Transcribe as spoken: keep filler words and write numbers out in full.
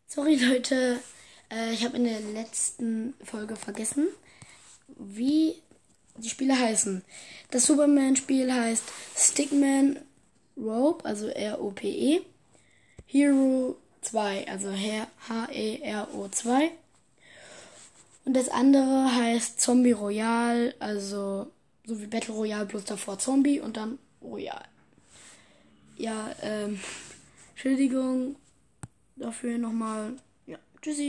Sorry Leute, äh, ich habe in der letzten Folge vergessen, wie die Spiele heißen. Das Superman-Spiel heißt Stickman Rope, also R O P E. Hero zwei, also H E R O zwei. Und das andere heißt Zombie Royale, also so wie Battle Royale, bloß davor Zombie und dann Royale. Ja, ähm, Entschuldigung dafür nochmal. Ja, tschüssi.